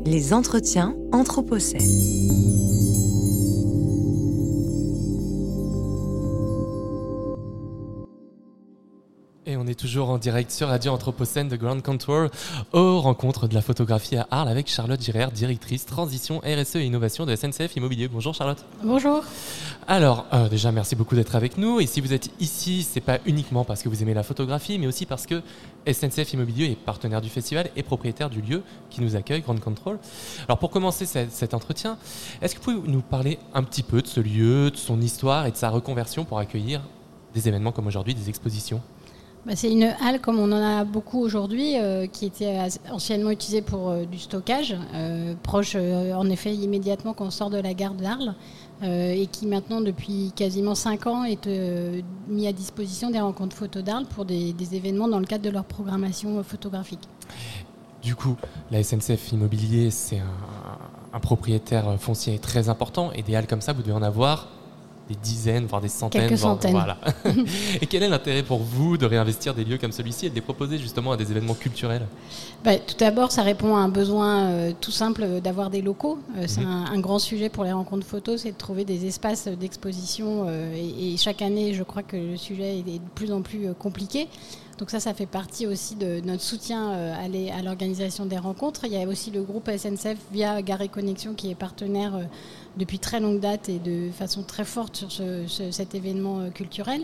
Les entretiens Anthropocène. Et on est toujours en direct sur Radio Anthropocène de Ground Control aux rencontres de la photographie à Arles avec Charlotte Girard, directrice transition RSE et innovation de SNCF Immobilier. Bonjour Charlotte. Bonjour. Alors déjà merci beaucoup d'être avec nous, et si vous êtes ici c'est pas uniquement parce que vous aimez la photographie mais aussi parce que SNCF Immobilier est partenaire du festival et propriétaire du lieu qui nous accueille, Ground Control. Alors pour commencer cet entretien, est-ce que vous pouvez nous parler un petit peu de ce lieu, de son histoire et de sa reconversion pour accueillir des événements comme aujourd'hui, des expositions ? C'est une halle comme on en a beaucoup aujourd'hui, qui était anciennement utilisée pour du stockage, proche en effet immédiatement quand on sort de la gare d'Arles, et qui maintenant depuis quasiment 5 ans est mis à disposition des rencontres photos d'Arles pour des événements dans le cadre de leur programmation photographique. Du coup, la SNCF Immobilier, c'est un propriétaire foncier très important, et des halles comme ça, vous devez en avoir des dizaines, voire des centaines. Quelques centaines. Voilà. Et quel est l'intérêt pour vous de réinvestir des lieux comme celui-ci et de les proposer justement à des événements culturels ? Tout d'abord, ça répond à un besoin tout simple d'avoir des locaux. C'est un grand sujet pour les rencontres photos, c'est de trouver des espaces d'exposition. Et chaque année, je crois que le sujet est de plus en plus compliqué. Donc ça fait partie aussi de notre soutien à l'organisation des rencontres. Il y a aussi le groupe SNCF via Gare et Connexion qui est partenaire depuis très longue date et de façon très forte sur cet événement culturel.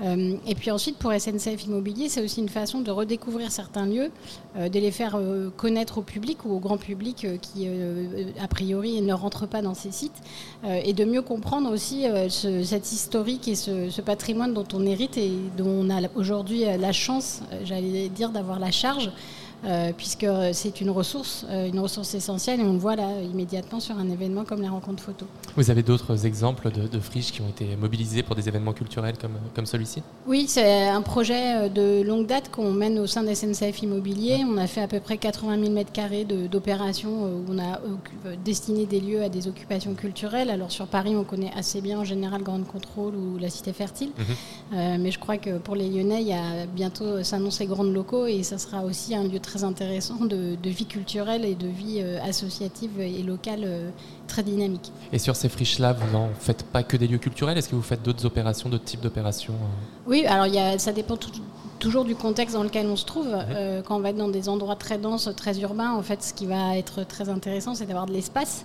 Et puis ensuite, pour SNCF Immobilier, c'est aussi une façon de redécouvrir certains lieux, de les faire connaître au public ou au grand public qui, a priori, ne rentre pas dans ces sites, et de mieux comprendre aussi cette historique et ce patrimoine dont on hérite et dont on a aujourd'hui la chance, j'allais dire, d'avoir la charge, puisque c'est une ressource essentielle, et on le voit là immédiatement sur un événement comme les rencontres photos. Vous avez d'autres exemples de friches qui ont été mobilisées pour des événements culturels comme celui-ci ? Oui, c'est un projet de longue date qu'on mène au sein de SNCF Immobilier. On a fait à peu près 80 000 m² d'opérations où on a destiné des lieux à des occupations culturelles. Alors sur Paris, on connaît assez bien en général Ground Control ou la Cité Fertile. Mais je crois que pour les Lyonnais, il y a bientôt s'annonce les grandes locaux, et ça sera aussi un lieu très intéressant de vie culturelle et de vie associative et locale très dynamique. Et sur ces friches-là, vous n'en faites pas que des lieux culturels ? Est-ce que vous faites d'autres opérations, d'autres types d'opérations ? Oui, alors ça dépend toujours du contexte dans lequel on se trouve. Quand on va être dans des endroits très denses, très urbains, en fait, ce qui va être très intéressant, c'est d'avoir de l'espace,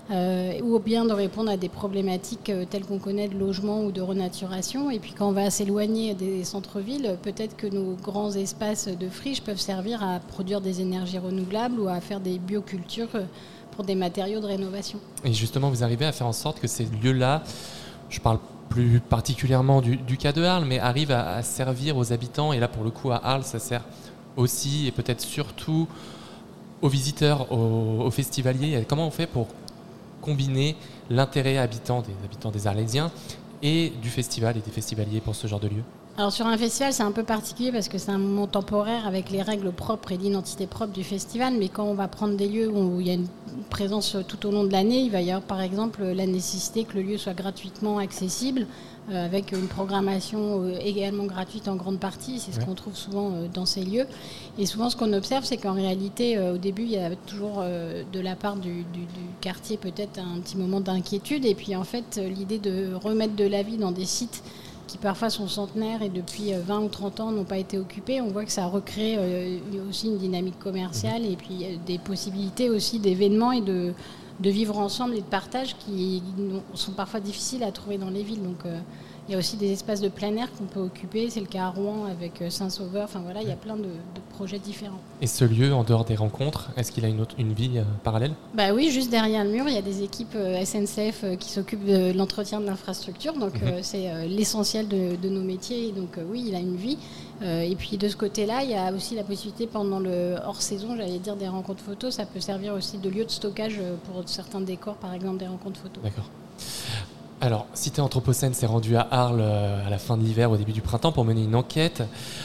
ou bien de répondre à des problématiques telles qu'on connaît de logement ou de renaturation. Et puis quand on va s'éloigner des centres-villes, peut-être que nos grands espaces de friches peuvent servir à produire des énergies renouvelables ou à faire des biocultures pour des matériaux de rénovation. Et justement, vous arrivez à faire en sorte que ces lieux-là, je parle plus particulièrement du cas de Arles, mais arrivent à servir aux habitants. Et là, pour le coup, à Arles, ça sert aussi et peut-être surtout aux visiteurs, aux festivaliers. Comment on fait pour combiner l'intérêt des Arlésiens et du festival et des festivaliers pour ce genre de lieu ? Alors sur un festival, c'est un peu particulier parce que c'est un moment temporaire avec les règles propres et l'identité propre du festival. Mais quand on va prendre des lieux où il y a une présence tout au long de l'année, il va y avoir par exemple la nécessité que le lieu soit gratuitement accessible, avec une programmation également gratuite en grande partie. C'est ce qu'on trouve souvent dans ces lieux. Et souvent, ce qu'on observe, c'est qu'en réalité, au début, il y a toujours de la part du quartier peut-être un petit moment d'inquiétude. Et puis en fait, l'idée de remettre de la vie dans des sites qui parfois sont centenaires et depuis 20 ou 30 ans n'ont pas été occupés, on voit que ça recrée aussi une dynamique commerciale et puis des possibilités aussi d'événements et de vivre ensemble et de partage qui sont parfois difficiles à trouver dans les villes. Donc il y a aussi des espaces de plein air qu'on peut occuper, c'est le cas à Rouen avec Saint-Sauveur, enfin voilà, il y a plein de projets différents. Et ce lieu, en dehors des rencontres, est-ce qu'il a une vie parallèle ? Oui, juste derrière le mur, il y a des équipes SNCF qui s'occupent de l'entretien de l'infrastructure, donc c'est l'essentiel de nos métiers, et donc oui, il a une vie. Et puis de ce côté-là, il y a aussi la possibilité pendant le hors-saison, j'allais dire des rencontres photos, ça peut servir aussi de lieu de stockage pour certains décors, par exemple des rencontres photos. D'accord. Alors, Cité Anthropocène s'est rendue à Arles à la fin de l'hiver, au début du printemps, pour mener une enquête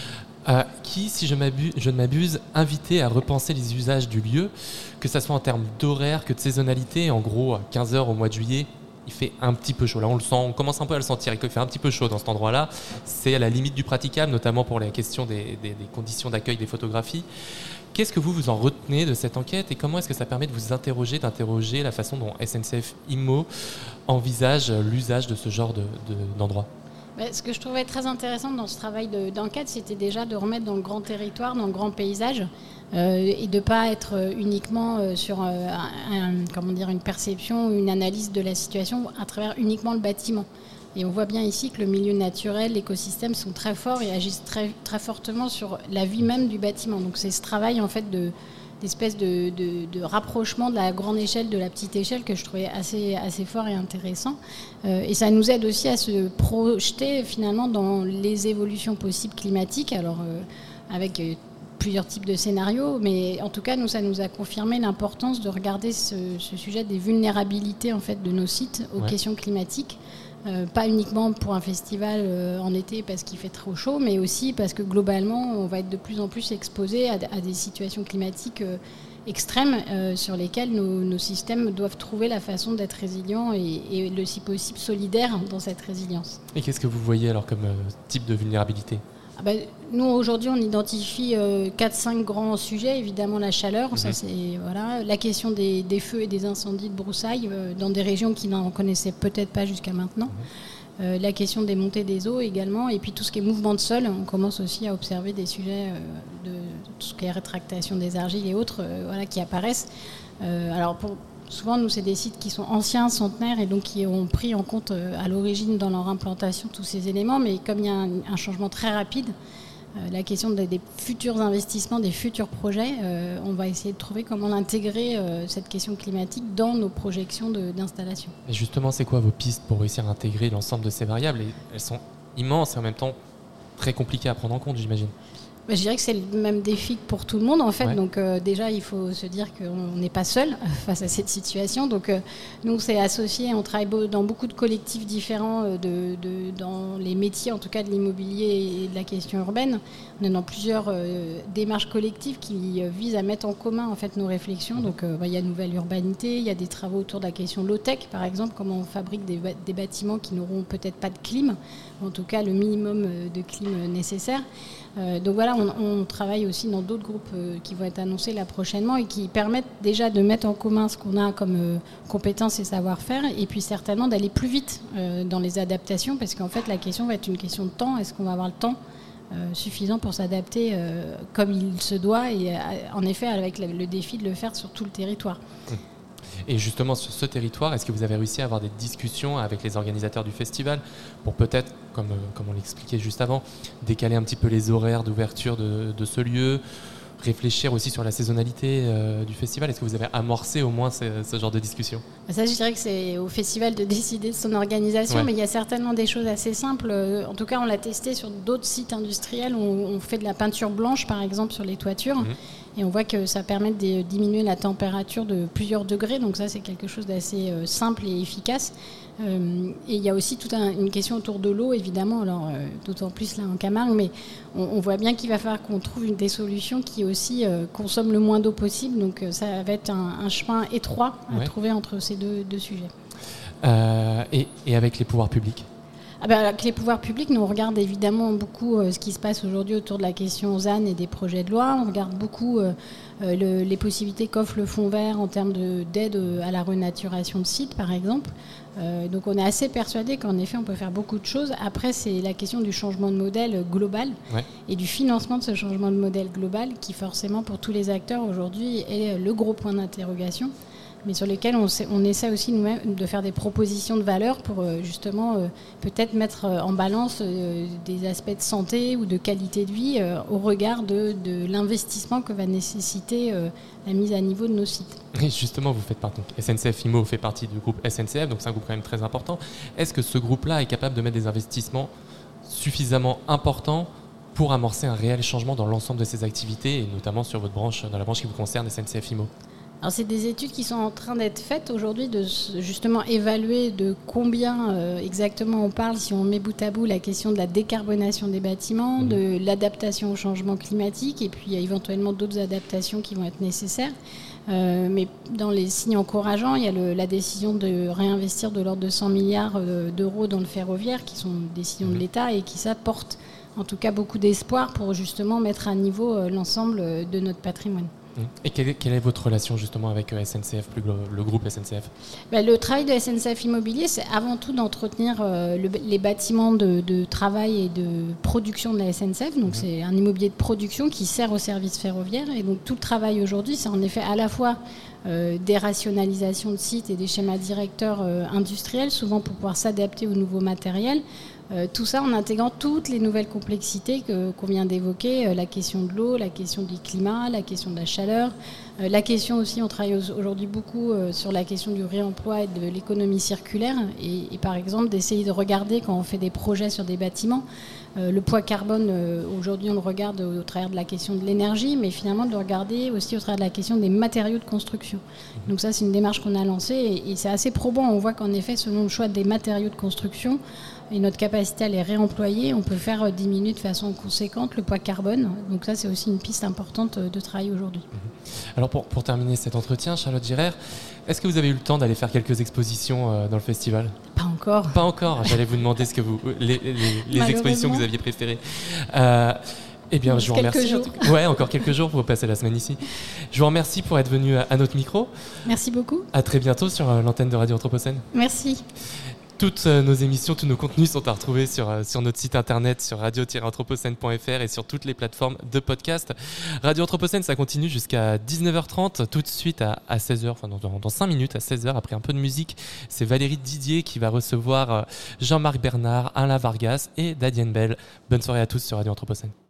qui, si je ne m'abuse, invitait à repenser les usages du lieu, que ce soit en termes d'horaire que de saisonnalité. En gros, à 15h au mois de juillet, il fait un petit peu chaud. Là, on le sent, on commence un peu à le sentir. Il fait un petit peu chaud dans cet endroit-là. C'est à la limite du praticable, notamment pour la question des conditions d'accueil des photographies. Qu'est-ce que vous en retenez de cette enquête et comment est-ce que ça permet de vous d'interroger la façon dont SNCF Immo envisage l'usage de ce genre d'endroit ? Ce que je trouvais très intéressant dans ce travail d'enquête, c'était déjà de remettre dans le grand territoire, dans le grand paysage, et de ne pas être uniquement sur une perception, une analyse de la situation à travers uniquement le bâtiment. Et on voit bien ici que le milieu naturel, l'écosystème sont très forts et agissent très, très fortement sur la vie même du bâtiment. Donc c'est ce travail en fait d'espèce de rapprochement de la grande échelle, de la petite échelle que je trouvais assez fort et intéressant. Et ça nous aide aussi à se projeter finalement dans les évolutions possibles climatiques, alors avec plusieurs types de scénarios, mais en tout cas, ça nous a confirmé l'importance de regarder ce sujet des vulnérabilités en fait, de nos sites aux questions climatiques. Pas uniquement pour un festival en été parce qu'il fait trop chaud, mais aussi parce que globalement, on va être de plus en plus exposé à des situations climatiques extrêmes sur lesquelles nos systèmes doivent trouver la façon d'être résilients et le si possible solidaires dans cette résilience. Et qu'est-ce que vous voyez alors comme type de vulnérabilité ? Nous, aujourd'hui, on identifie 4-5 grands sujets. Évidemment, la chaleur, ça, c'est, la question des feux et des incendies de broussailles dans des régions qui n'en connaissaient peut-être pas jusqu'à maintenant. La question des montées des eaux également. Et puis tout ce qui est mouvement de sol. On commence aussi à observer des sujets de tout ce qui est rétractation des argiles et autres qui apparaissent. Souvent, nous, c'est des sites qui sont anciens, centenaires, et donc qui ont pris en compte à l'origine dans leur implantation tous ces éléments. Mais comme il y a un changement très rapide, la question des futurs investissements, des futurs projets, on va essayer de trouver comment intégrer cette question climatique dans nos projections d'installation. Et justement, c'est quoi vos pistes pour réussir à intégrer l'ensemble de ces variables ? Elles sont immenses et en même temps très compliquées à prendre en compte, j'imagine. Je dirais que c'est le même défi que pour tout le monde en fait. Ouais. Donc déjà il faut se dire qu'on n'est pas seul face à cette situation. Donc nous c'est associé, on travaille dans beaucoup de collectifs différents dans les métiers en tout cas de l'immobilier et de la question urbaine. On est dans plusieurs démarches collectives qui visent à mettre en commun en fait nos réflexions. Donc il y a Nouvelle Urbanité, il y a des travaux autour de la question low-tech par exemple, comment on fabrique des bâtiments qui n'auront peut-être pas de clim, en tout cas le minimum de clim nécessaire. Donc voilà, on travaille aussi dans d'autres groupes qui vont être annoncés là prochainement et qui permettent déjà de mettre en commun ce qu'on a comme compétences et savoir-faire et puis certainement d'aller plus vite dans les adaptations parce qu'en fait la question va être une question de temps. Est-ce qu'on va avoir le temps suffisant pour s'adapter comme il se doit et en effet avec le défi de le faire sur tout le territoire. Et justement, sur ce territoire, est-ce que vous avez réussi à avoir des discussions avec les organisateurs du festival pour peut-être, comme on l'expliquait juste avant, décaler un petit peu les horaires d'ouverture de ce lieu, réfléchir aussi sur la saisonnalité du festival ? Est-ce que vous avez amorcé au moins ce genre de discussion ? Ça, je dirais que c'est au festival de décider de son organisation, mais il y a certainement des choses assez simples. En tout cas, on l'a testé sur d'autres sites industriels où on fait de la peinture blanche, par exemple, sur les toitures. Et on voit que ça permet de diminuer la température de plusieurs degrés. Donc ça, c'est quelque chose d'assez simple et efficace. Et il y a aussi toute une question autour de l'eau, évidemment. Alors, d'autant plus là en Camargue. Mais on voit bien qu'il va falloir qu'on trouve des solutions qui aussi consomment le moins d'eau possible. Donc ça va être un chemin étroit à trouver entre ces deux sujets. Et avec les pouvoirs publics ? Avec les pouvoirs publics, nous on regarde évidemment beaucoup ce qui se passe aujourd'hui autour de la question ZAN et des projets de loi. On regarde beaucoup les possibilités qu'offre le Fonds vert en termes d'aide à la renaturation de sites, par exemple. Donc on est assez persuadé qu'en effet on peut faire beaucoup de choses. Après, c'est la question du changement de modèle global et du financement de ce changement de modèle global qui forcément pour tous les acteurs aujourd'hui est le gros point d'interrogation, mais sur lesquels on essaie aussi nous-mêmes de faire des propositions de valeur pour justement peut-être mettre en balance des aspects de santé ou de qualité de vie au regard de l'investissement que va nécessiter la mise à niveau de nos sites. Et justement, vous faites partie, SNCF Immo fait partie du groupe SNCF, donc c'est un groupe quand même très important. Est-ce que ce groupe-là est capable de mettre des investissements suffisamment importants pour amorcer un réel changement dans l'ensemble de ses activités, et notamment sur votre branche, dans la branche qui vous concerne, SNCF Immo ? Alors, c'est des études qui sont en train d'être faites aujourd'hui, de justement évaluer de combien exactement on parle, si on met bout à bout la question de la décarbonation des bâtiments, de l'adaptation au changement climatique, et puis éventuellement d'autres adaptations qui vont être nécessaires. Mais dans les signes encourageants, il y a la décision de réinvestir de l'ordre de 100 milliards d'euros dans le ferroviaire, qui sont des décisions de l'État et qui portent en tout cas beaucoup d'espoir pour justement mettre à niveau l'ensemble de notre patrimoine. Et quelle est votre relation justement avec SNCF, le groupe SNCF ? Le travail de SNCF Immobilier, c'est avant tout d'entretenir les bâtiments de travail et de production de la SNCF. Donc c'est un immobilier de production qui sert au service ferroviaire. Et donc tout le travail aujourd'hui, c'est en effet à la fois des rationalisations de sites et des schémas directeurs industriels, souvent pour pouvoir s'adapter aux nouveaux matériels. Tout ça en intégrant toutes les nouvelles complexités qu'on vient d'évoquer, la question de l'eau, la question du climat, la question de la chaleur, la question aussi, on travaille aujourd'hui beaucoup sur la question du réemploi et de l'économie circulaire et par exemple d'essayer de regarder quand on fait des projets sur des bâtiments, le poids carbone, aujourd'hui on le regarde au travers de la question de l'énergie, mais finalement de le regarder aussi au travers de la question des matériaux de construction. Donc ça c'est une démarche qu'on a lancée et c'est assez probant, on voit qu'en effet selon le choix des matériaux de construction, et notre capacité à les réemployer, on peut faire diminuer de façon conséquente le poids carbone. Donc ça, c'est aussi une piste importante de travail aujourd'hui. Alors pour terminer cet entretien, Charlotte Girard, est-ce que vous avez eu le temps d'aller faire quelques expositions dans le festival ? Pas encore. Pas encore. J'allais vous demander les expositions que vous aviez préférées. Eh bien, je vous remercie. Ouais, encore quelques jours, vous passez la semaine ici. Je vous remercie pour être venu à notre micro. Merci beaucoup. À très bientôt sur l'antenne de Radio Anthropocène. Merci. Toutes nos émissions, tous nos contenus sont à retrouver sur notre site internet, sur radio-anthropocène.fr et sur toutes les plateformes de podcast. Radio Anthropocène, ça continue jusqu'à 19h30, tout de suite à 16h, enfin dans 5 minutes, à 16h, après un peu de musique. C'est Valérie Didier qui va recevoir Jean-Marc Bernard, Alain Vargas et Dadienne Bell. Bonne soirée à tous sur Radio Anthropocène.